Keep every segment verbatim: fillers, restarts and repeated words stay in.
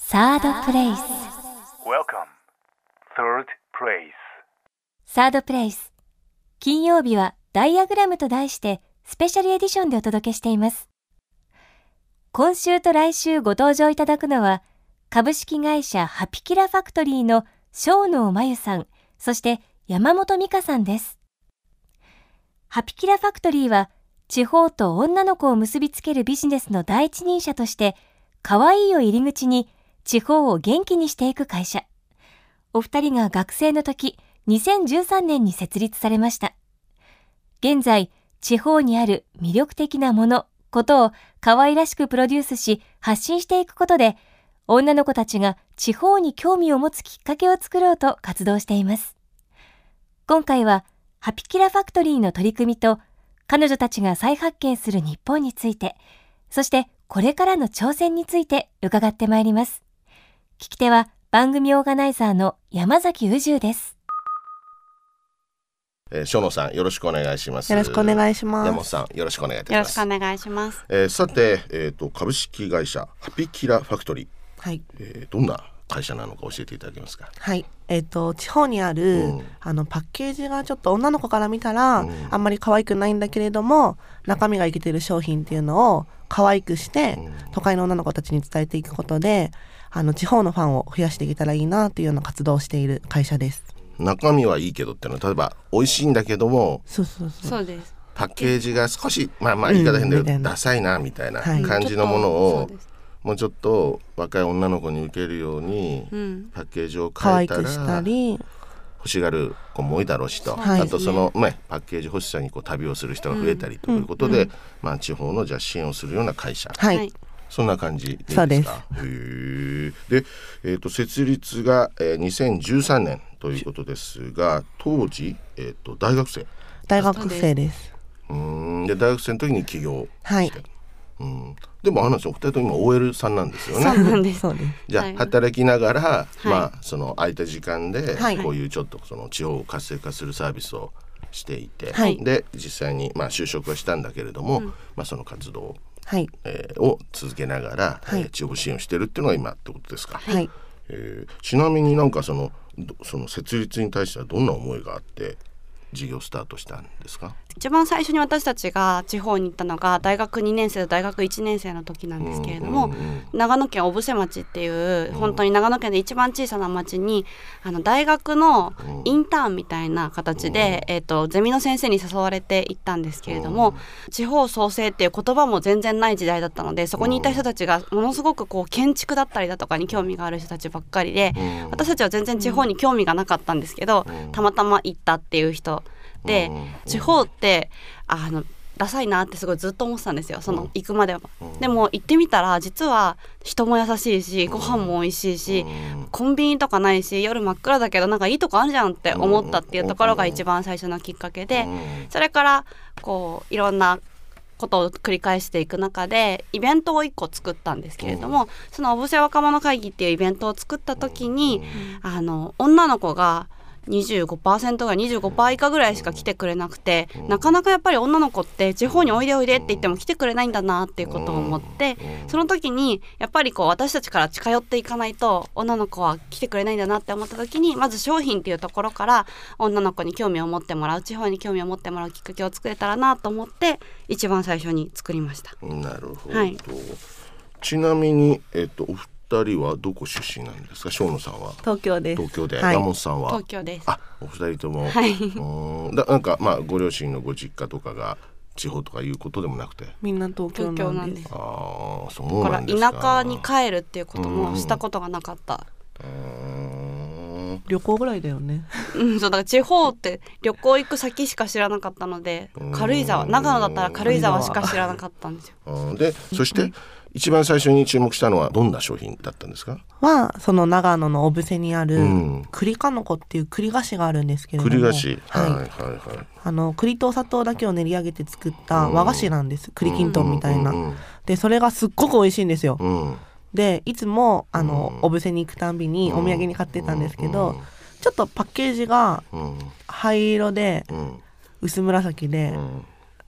サードプレイス。 Welcome, Third Place。 サードプレイス、金曜日はダイアグラムと題してスペシャルエディションでお届けしています。今週と来週ご登場いただくのは、株式会社ハピキラファクトリーの正能真由さん、そして山本美香さんです。ハピキラファクトリーは、地方と女の子を結びつけるビジネスの第一人者として、可愛いを入り口に地方を元気にしていく会社。お二人が学生の時、にせんじゅうさんねんに設立されました。現在、地方にある魅力的なもの、ことを可愛らしくプロデュースし発信していくことで、女の子たちが地方に興味を持つきっかけを作ろうと活動しています。今回はハピキラファクトリーの取り組みと、彼女たちが再発見する日本について、そしてこれからの挑戦について伺ってまいります。聞き手は番組オーガナイザーの山崎宇宙です。 えー、正野さんよろしくお願いします。 よろしくお願いします。 山本さんよろしくお願いいたします。 よろしくお願いします。 えー、さて、えーと、株式会社ハピキラファクトリー、 はいえー、どんな会社なのか教えていただけますか。 はい、えーと、地方にある、うん、あのパッケージがちょっと女の子から見たら、うん、あんまり可愛くないんだけれども、中身がいけてる商品っていうのを可愛くして、うん、都会の女の子たちに伝えていくことで、あの地方のファンを増やしていけたらいいなっていうような活動をしている会社です。 中身はいいけどっていうのは、例えば美味しいんだけども、 そうそうそう、 そうです。 パッケージが少しまあまあ言い方変だけど、うん、ダサいなみたいな感じのものを、うん、もうちょっと若い女の子に受けるように、うん、パッケージを変えたら可愛くしたり欲しがる子も多いだろうしと、はい、あとその、ね、パッケージ欲しさにこう旅をする人が増えたりということで、うんうんまあ、地方のじゃあ支援をするような会社、 はい、 そんな感じでいいですか。 そうです。 へーで、えーと、設立が、えー、にせんじゅうさんねんということですが、当時、えーと、大学生大学生です。 うーんで大学生の時に起業して、 はい、 うんでもあの人お二人とも今 オーエル さんなんですよね。 そうなんです。 じゃあ、はい、働きながら、はい、まあその空いた時間で、はい、こういうちょっとその地方を活性化するサービスをしていて、はい、で実際にまあ就職はしたんだけれども、うんまあ、その活動、はいえー、を続けながら、はいえー、地方支援をしているっていうのが今ってことですか。 はいえー、ちなみになんかそのその設立に対してはどんな思いがあって事業スタートしたんですか。 一番最初に私たちが地方に行ったのが大学にねん生と大学いちねん生の時なんですけれども、うんうんうん、長野県小布施町っていう、うん、本当に長野県で一番小さな町にあの大学のインターンみたいな形で、うんえー、とゼミの先生に誘われて行ったんですけれども、うん、地方創生っていう言葉も全然ない時代だったので、そこにいた人たちがものすごくこう建築だったりだとかに興味がある人たちばっかりで、うん、私たちは全然地方に興味がなかったんですけど、うん、たまたま行ったっていう人で、うん、地方ってあのダサいなってすごいずっと思ってたんですよ、その行くまでは、うん、でも行ってみたら実は人も優しいし、ご飯も美味しいし、うん、コンビニとかないし、夜真っ暗だけどなんかいいとこあるじゃんって思ったっていうところが一番最初のきっかけで、うん、それからこういろんなことを繰り返していく中でイベントをいっこ作ったんですけれども、うん、その小布施若者会議っていうイベントを作った時に、うん、あの女の子がにじゅうごパーセント が にじゅうごパーセント 以下ぐらいしか来てくれなくて、なかなかやっぱり女の子って地方においでおいでって言っても来てくれないんだなっていうことを思って、その時にやっぱりこう私たちから近寄っていかないと女の子は来てくれないんだなって思った時に、まず商品っていうところから女の子に興味を持ってもらう、地方に興味を持ってもらうきっかけを作れたらなと思って一番最初に作りました。 なるほど、はい、ちなみに、えっと、お二人はどこ出身なんですか。正野さんは東京です。 東京で、 はい、 山本さんは東京です。 あ、お二人とも、 はい、 うんだなんかまあご両親のご実家とかが地方とかいうことでもなくて、 みんな東京なんです。 ああ、そうなんですか。 だから田舎に帰るっていうこともしたことがなかった。 うん旅行ぐらいだよね。 うん、そうだから地方って旅行行く先しか知らなかったので、軽井沢、長野だったら軽井沢しか知らなかったんですよ。 で、そして、うん一番最初に注目したのはどんな商品だったんですか。 はその長野の小布施にある栗かのこっていう栗菓子があるんですけれども、 栗菓子、 はいはいはい、あの栗とお砂糖だけを練り上げて作った和菓子なんです。栗きんとんみたいな、うん、でそれがすっごく美味しいんですよ、うん、でいつもあの、うん、小布施に行くたんびにお土産に買ってたんですけど、うん、ちょっとパッケージが灰色で、うん、薄紫で、うん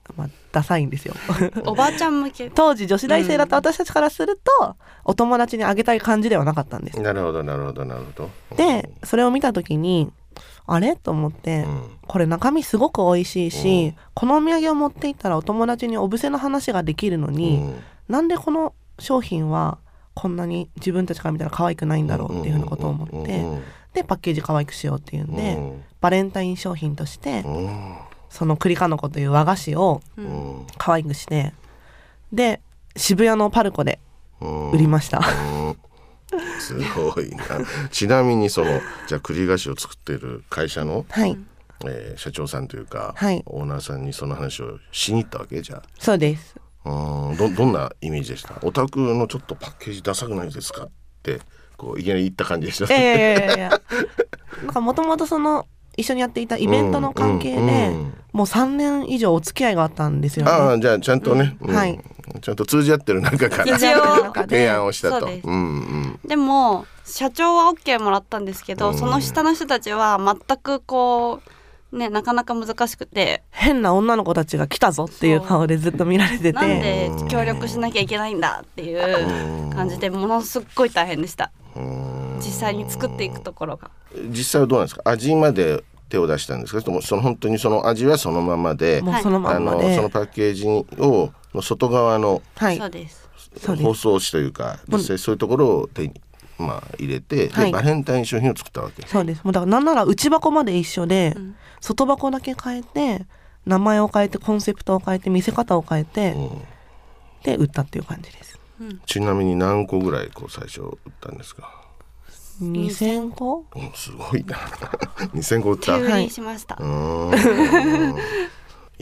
まあ、ダサいんですよおばあちゃん向け当時女子大生だった私たちからすると、うん、お友達にあげたい感じではなかったんです。 なるほどなるほどなるほど。 でそれを見た時にあれと思って、うん、これ中身すごく美味しいし、うん、このお土産を持っていったらお友達にお布施の話ができるのに、うん、なんでこの商品はこんなに自分たちから見たら可愛くないんだろうっていうふうなことを思って、うん、でパッケージ可愛くしようっていうんで、うん、バレンタイン商品として、うん、その栗かの子という和菓子を可愛くして、で渋谷のパルコで売りました、うんうんすごいな。ちなみにそのじゃあ栗菓子を作っている会社の、はいえー、社長さんというか、はい、オーナーさんにその話をしに行ったわけじゃあ。 そうです。 うん ど, どんなイメージでした？お宅のちょっとパッケージダサくないですかってこういきなり言った感じでした。 いやいやいやいやなんかもともとその一緒にやっていたイベントの関係で、うんうん、もうさんねん以上お付き合いがあったんですよね。 ああじゃあちゃんとね、うんうん、はいちゃんと通じ合ってる中から提案をしたと。 で、うんうん、でも社長は OK もらったんですけど、うん、その下の人たちは全くこうね、なかなか難しくて変な女の子たちが来たぞっていう顔でずっと見られてて、 なんで協力しなきゃいけないんだっていう感じでものすっごい大変でした。実際に作っていくところが。 実際はどうなんですか？味まで手を出したんですか？そのその本当にその味はそのままで、 もうそのままで、 あのそのパッケージをの外側の、 はい、そうです包装紙というか実際そういうところを手に、まあ、入れて、はい、でバレンタイン商品を作ったわけ。 そうです。もうだからなんなら内箱まで一緒で、うん、外箱だけ変えて名前を変えてコンセプトを変えて見せ方を変えて、うん、で売ったっていう感じです、 うん、ちなみに何個ぐらいこう最初売ったんですか？ にせんこ、 うん、すごいなにせんこ売った。 急にしました、 はい、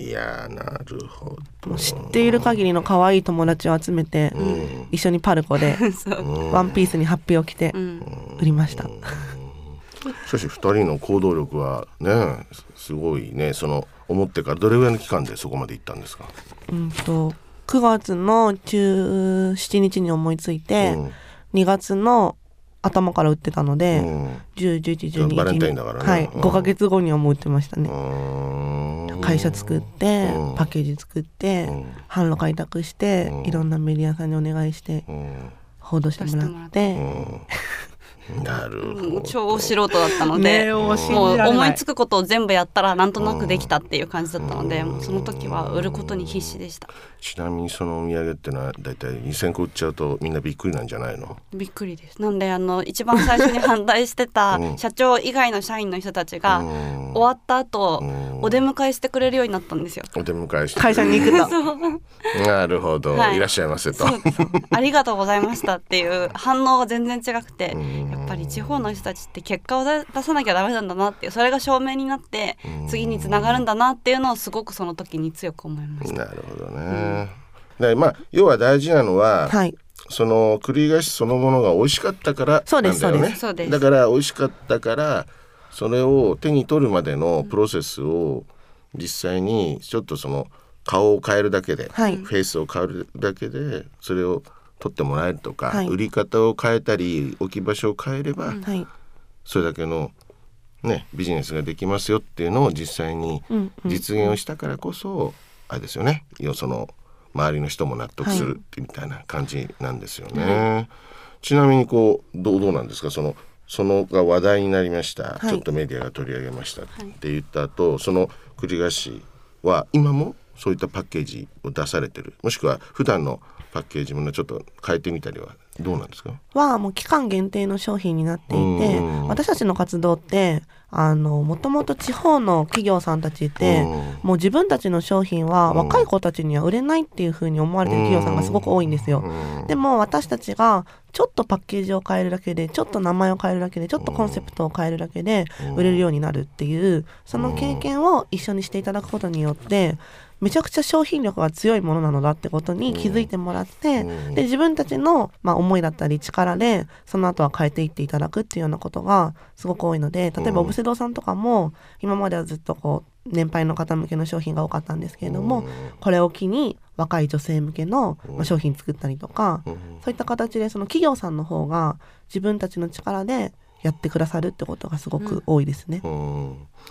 いやなるほど。 知っている限りの可愛い友達を集めて、うん、一緒にパルコでワンピースにハッピーを着て売りました、うんうん、 しかしふたりの行動力はねすごいね。その思ってからどれぐらいの期間でそこまで行ったんですか？ うんとくがつのじゅうしちにちに思いついて、うん、にがつの頭から売ってたので、うん、じゅう、じゅういち、じゅうに、 バレンタインだからね、 はい、ごかげつごにはもう売ってましたね。会社作って、うん、パッケージ作って、うん、販路開拓して、うん、いろんなメディアさんにお願いして、うん、報道してもらって、 なるほど。 超素人だったので、ね、もう思いつくことを全部やったらなんとなくできたっていう感じだったので、もうその時は売ることに必死でした。 ちなみにそのお土産ってのはだいたいにせんこ売っちゃうとみんなびっくりなんじゃないの？びっくりです。なんであの一番最初に反対してた社長以外の社員の人たちが終わった後お出迎えしてくれるようになったんですよ。 お出迎えして会社に行くとなるほど、はい、いらっしゃいませとありがとうございましたっていう反応が全然違くて、やっぱり地方の人たちって結果を出さなきゃダメなんだなっていう、それが証明になって次につながるんだなっていうのをすごくその時に強く思いました。 なるほどね、うん、でまあ、要は大事なのは、はい、その栗菓子そのものが美味しかったからなんだよね。 そうです、そうです。 だから美味しかったからそれを手に取るまでのプロセスを実際にちょっとその顔を変えるだけで、はい、フェイスを変えるだけでそれを取ってもらえるとか、はい、売り方を変えたり置き場所を変えれば、はい、それだけの、ね、ビジネスができますよっていうのを実際に実現をしたからこそ、うんうん、あれですよね、その周りの人も納得するってみたいな感じなんですよね、はい、ちなみにこう ど, うどうなんですか？そのそのが話題になりました、はい、ちょっとメディアが取り上げましたって言った後、はい、その栗菓子は今もそういったパッケージを出されてる、もしくは普段のパッケージもちょっと変えてみたりはどうなんですか？ はもう期間限定の商品になっていて、私たちの活動ってあのもともと地方の企業さんたちってもう自分たちの商品は若い子たちには売れないっていう風に思われてる企業さんがすごく多いんですよ。でも私たちがちょっとパッケージを変えるだけで、ちょっと名前を変えるだけで、ちょっとコンセプトを変えるだけで売れるようになるっていう、その経験を一緒にしていただくことによってめちゃくちゃ商品力が強いものなのだってことに気づいてもらって、で自分たちの、まあ、思いだったり力でその後は変えていっていただくっていうようなことがすごく多いので、例えばオブセドさんとかも今まではずっとこう年配の方向けの商品が多かったんですけれども、これを機に若い女性向けの、まあ、商品作ったりとか、そういった形でその企業さんの方が自分たちの力でやってくださるってことがすごく多いですね、 うんうん、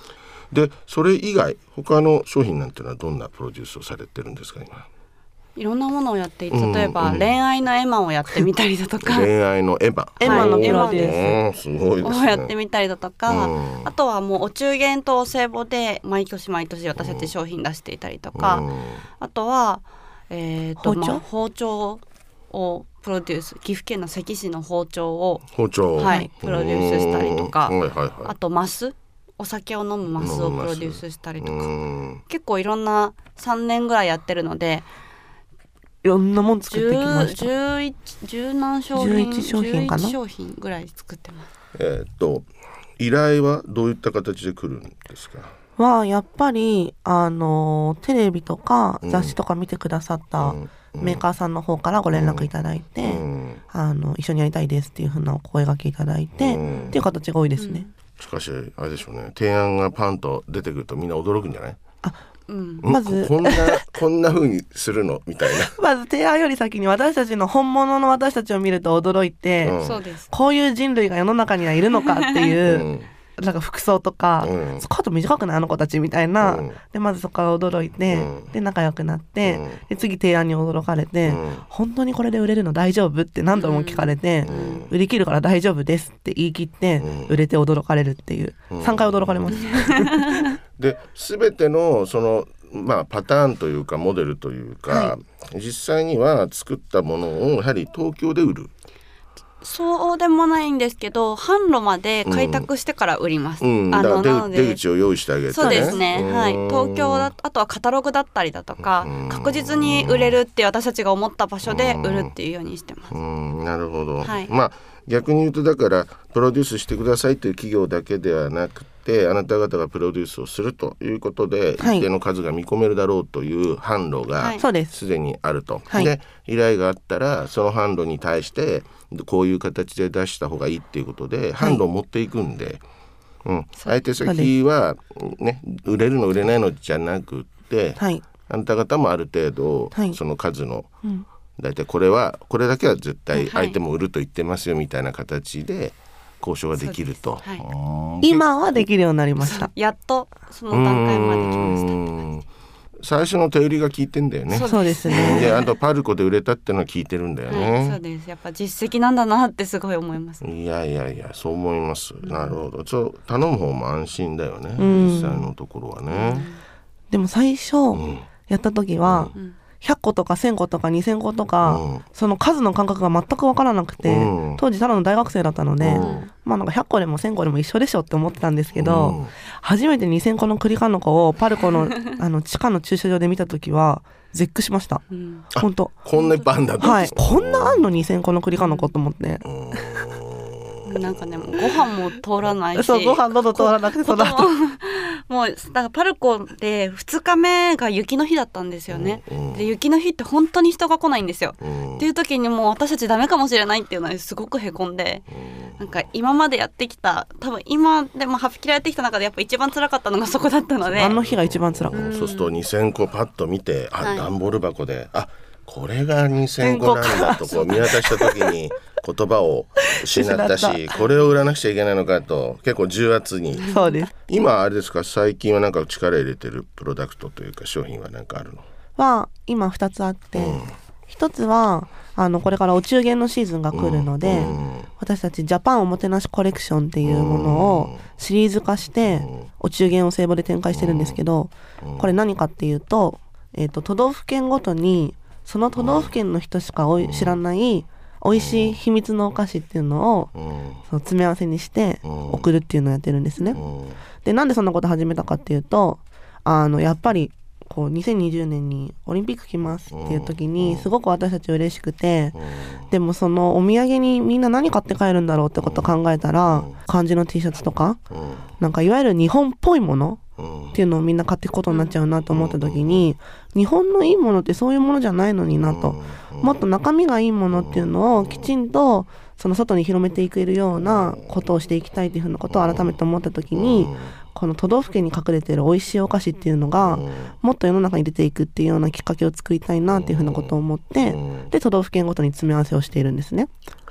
でそれ以外他の商品なんていうのはどんなプロデュースをされてるんですか今？ いろんなものをやっていて、例えば恋愛のエマをやってみたりだとか、 恋愛のエマエマのプロデュースすごいですねをやってみたりだとか、うん、あとはもうお中元とお歳暮で毎年毎年私たち商品出していたりとか、うん、あとは、えーと包丁、 まあ、包丁をプロデュース、岐阜県の関市の包丁を包丁、 はい、プロデュースしたりとか、 はいはいはい、 あとマス、お酒を飲むマスをプロデュースしたりとか、結構いろんなさんねんぐらいやってるのでいろんなもん作ってきました。 じゅういち、じゅう何商品、 じゅういち商品かな、 じゅういち商品ぐらい作ってます。 えー、っと依頼はどういった形で来るんですか？ はやっぱりあのテレビとか雑誌とか見てくださったメーカーさんの方からご連絡いただいて、うん、あの一緒にやりたいですっていう風なお声掛けいただいて、うん、っていう形が多いですね、 うん、しかしあれでしょうね、提案がパンと出てくるとみんな驚くんじゃない？ あ、うん、まずこんなこんな風にするのみたいなまず提案より先に私たちの本物の私たちを見ると驚いて、 うん、そうです、 こういう人類が世の中にはいるのかっていう、うんなんか服装とか、うん、スカート短くないあの子たちみたいな、うん、でまずそこから驚いて、うん、で仲良くなって、うん、で次提案に驚かれて、うん、本当にこれで売れるの大丈夫って何度も聞かれて、うん、売り切るから大丈夫ですって言い切って、うん、売れて驚かれるっていう、うん、さんかい驚かれますで全てのそのまあ、パターンというかモデルというか、はい、実際には作ったものをやはり東京で売る？ そうでもないんですけど、販路まで開拓してから売ります、 うん、あのだから 出, 出口を用意してあげてね。 そうですね、はい、東京だ、あとはカタログだったりだとか、確実に売れるって私たちが思った場所で売るっていうようにしてます。 うん、なるほど、 はい、 まあ逆に言うとだからプロデュースしてくださいという企業だけではなくて、あなた方がプロデュースをするということで一定の数が見込めるだろうという販路がすでにあると、 はい、 で依頼があったらその販路に対してこういう形で出した方がいいっていうことで販路を持っていくんで、はい、うん、相手先は、ね、売れるの売れないのじゃなくて、はい、あなた方もある程度、はい、その数の、うん、だいたいこれはこれだけは絶対相手も売ると言ってますよみたいな形で交渉ができると、 はい、今はできるようになりました。 やっとその段階まで来ました。 最初の手売りが効いてんだよね。 そうですね。 であとパルコで売れたってのは効いてるんだよね、 はい、そうです。やっぱ実績なんだなってすごい思います。 いやいやいやそう思います、うん、なるほど。そう頼む方も安心だよね、うん、実際のところはね、うん、 でも最初、うん、やった時は、うん、ひゃっことかせんことかにせんことか、うん、その数の感覚が全く分からなくて、うん、当時ただの大学生だったので、うん、まあなんかひゃっこでもせんこでも一緒でしょって思ってたんですけど、うん、初めてにせんこの栗かのこをパルコのあの地下の駐車場で見た時は絶句しました、うん、本当こんなにバンだったんですか？ はい、こんなあんのにせんこの栗かのこと思って、 なんかねもうご飯も通らないしそうご飯喉通らなくてその後もうだからパルコでふつかめが雪の日だったんですよね、うんうん、で雪の日って本当に人が来ないんですよ、うん、っていう時にもう私たちダメかもしれないっていうのですごくへこんで、うん、なんか今までやってきた多分今でもはっきりやってきた中でやっぱ一番辛かったのがそこだったので、 あの日が一番辛かった、 うん、そうするとにせんこパッと見てあ、はい、段ボール箱であこれがにせんこなんだとこう見渡した時に言葉を失ったしこれを売らなくちゃいけないのかと結構重圧に。 そうです。 今あれですか、最近はなんか力入れてるプロダクトというか商品は何かあるの？ は今ふたつあって、うん、ひとつはあのこれからお中元のシーズンが来るので、うん、私たちジャパンおもてなしコレクションっていうものをシリーズ化して、うん、お中元を聖母で展開してるんですけど、うん、これ何かっていうと、えーと、都道府県ごとにその都道府県の人しかおい知らない美味しい秘密のお菓子っていうのを、うん、その詰め合わせにして送るっていうのをやってるんですね、うん、でなんでそんなこと始めたかっていうとあのやっぱりこうにせんにじゅうねんにオリンピック来ますっていう時にすごく私たち嬉しくて、うん、でもそのお土産にみんな何買って帰るんだろうってことを考えたら、うん、漢字の T シャツとか、うん、なんかいわゆる日本っぽいものっていうのをみんな買っていくことになっちゃうなと思った時に、日本のいいものってそういうものじゃないのになと、もっと中身がいいものっていうのをきちんとその外に広めていけるようなことをしていきたいというふうなことを改めて思った時に、この都道府県に隠れている美味しいお菓子っていうのがもっと世の中に出ていくっていうようなきっかけを作りたいなっていうふうなことを思って、で都道府県ごとに詰め合わせをしているんですね。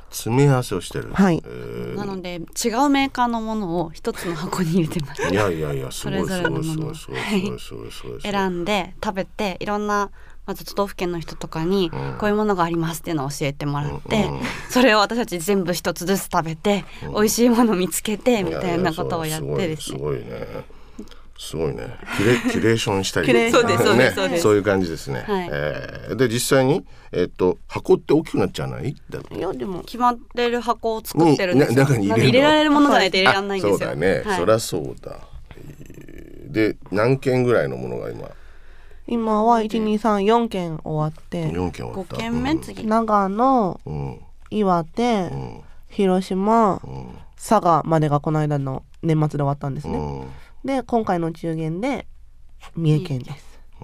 詰め合わせをしてる、 はいえー、 なので違うメーカーのものを一つの箱に入れてます。 いやいやいやすごいそれぞれのものを選んで食べて、いろんなまず都道府県の人とかにこういうものがありますっていうのを教えてもらって、うん、それを私たち全部一つずつ食べて、うん、美味しいものを見つけてみたいなことをやってですね。 すごいねすごいねキュレ、キュレーションしたりそうですそうですそうです、 そういう感じですね、はい、えー、で実際に、えー、と箱って大きくなっちゃわない？だいやでも決まってる箱を作ってるんですよ。 中に入れるの？ 入れられるものじゃないと入れられないんですよ。 そうだね、はい、そりゃそうだ。で何件ぐらいのものが今今はいちにさんよんけん終わってよんけん終わった。 ごけんめ次、 うん、長野、うん、岩手、うん、広島、うん、佐賀までがこの間の年末で終わったんですね、うん、で今回の中元で三重県です、うん、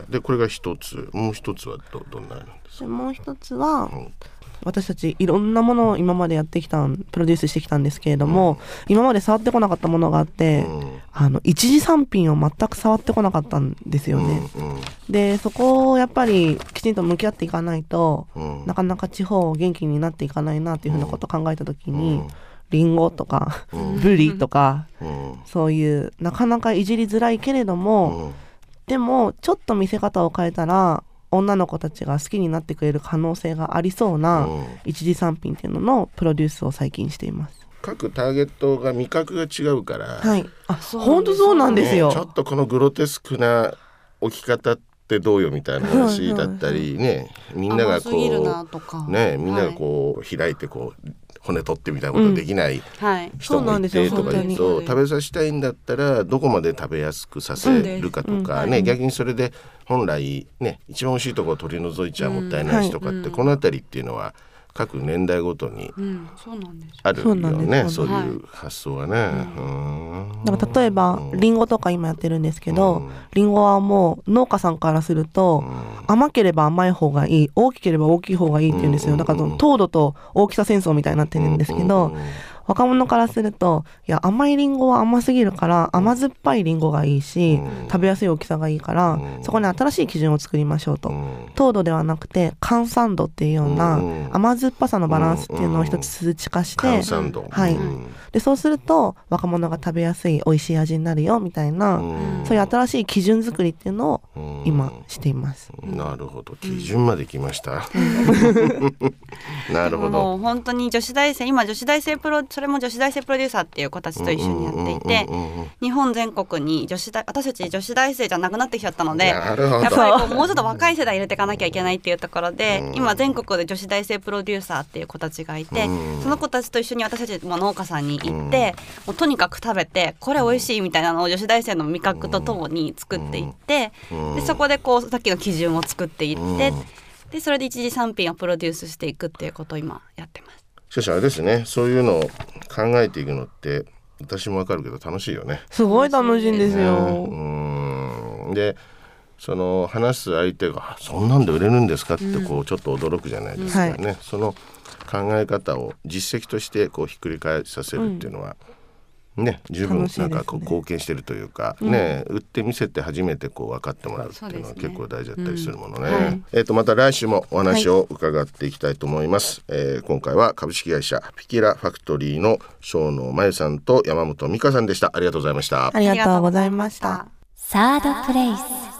でこれが一つ、もう一つは ど, どんななんですか？ もう一つは、うん、私たちいろんなものを今までやってきたプロデュースしてきたんですけれども、うん、今まで触ってこなかったものがあって、うん、あの一次産品を全く触ってこなかったんですよね、うんうん、でそこをやっぱりきちんと向き合っていかないと、うん、なかなか地方元気になっていかないなというふうなことを考えた時に、うん、リンゴとか、うん、ブリとか、うん、そういうなかなかいじりづらいけれども、うん、でもちょっと見せ方を変えたら女の子たちが好きになってくれる可能性がありそうな一次産品っていうののプロデュースを最近しています。 各ターゲットが味覚が違うから、 はい、あ、本当そうなんですよ、 ね、ちょっとこのグロテスクな置き方ってどうよみたいな話だったりね、みんながこうね、みんながこう開いてこう骨取ってみたいなことできない人もいてとか言うと、食べさせたいんだったらどこまで食べやすくさせるかとかね、逆にそれで本来ね一番美味しいところを取り除いちゃもったいないしとかって、このあたりっていうのは各年代ごとにあるよね、そういう発想はね。 だから例えばリンゴとか今やってるんですけど、リンゴはもう農家さんからすると甘ければ甘い方がいい、大きければ大きい方がいいって言うんですよ。だから糖度と大きさ戦争みたいになってるんですけど、若者からするといや甘いリンゴは甘すぎるから甘酸っぱいリンゴがいいし、食べやすい大きさがいいから、そこに新しい基準を作りましょうと、糖度ではなくて甘酸度っていうような甘酸っぱさのバランスっていうのを一つ数値化して、はい、でそうすると若者が食べやすい美味しい味になるよみたいな、そういう新しい基準作りっていうのを今しています。 なるほど、基準まで来ました。なるほど。 もう本当に女子大生、今女子大生プロそれも女子大生プロデューサーっていう子たちと一緒にやっていて、日本全国に女子大私たち女子大生じゃなくなってきちゃったので、やっぱりこうもうちょっと若い世代入れていかなきゃいけないっていうところで、今全国で女子大生プロデューサーっていう子たちがいて、その子たちと一緒に私たちも農家さんに行って、もうとにかく食べてこれ美味しいみたいなのを女子大生の味覚とともに作っていって、でそこでこうさっきの基準を作っていって、でそれで一次産品をプロデュースしていくっていうことを今やってます。 しかしあれですね、そういうのを考えていくのって私もわかるけど楽しいよね。 すごい楽しいんですよ、 ね、うんでその話す相手がそんなんで売れるんですかってこうちょっと驚くじゃないですかね、うんはい、その考え方を実績としてこうひっくり返させるっていうのは、うんね、十分なんかこう貢献してるというか、ね、売ってみせて初めてこう分かってもらうっていうのは結構大事だったりするものね、うんはい、えーとまた来週もお話を伺っていきたいと思います、はい、えー、今回は株式会社ピキラファクトリーの庄野真由さんと山本美香さんでした。ありがとうございました。 ありがとうございました。 サードプレイス。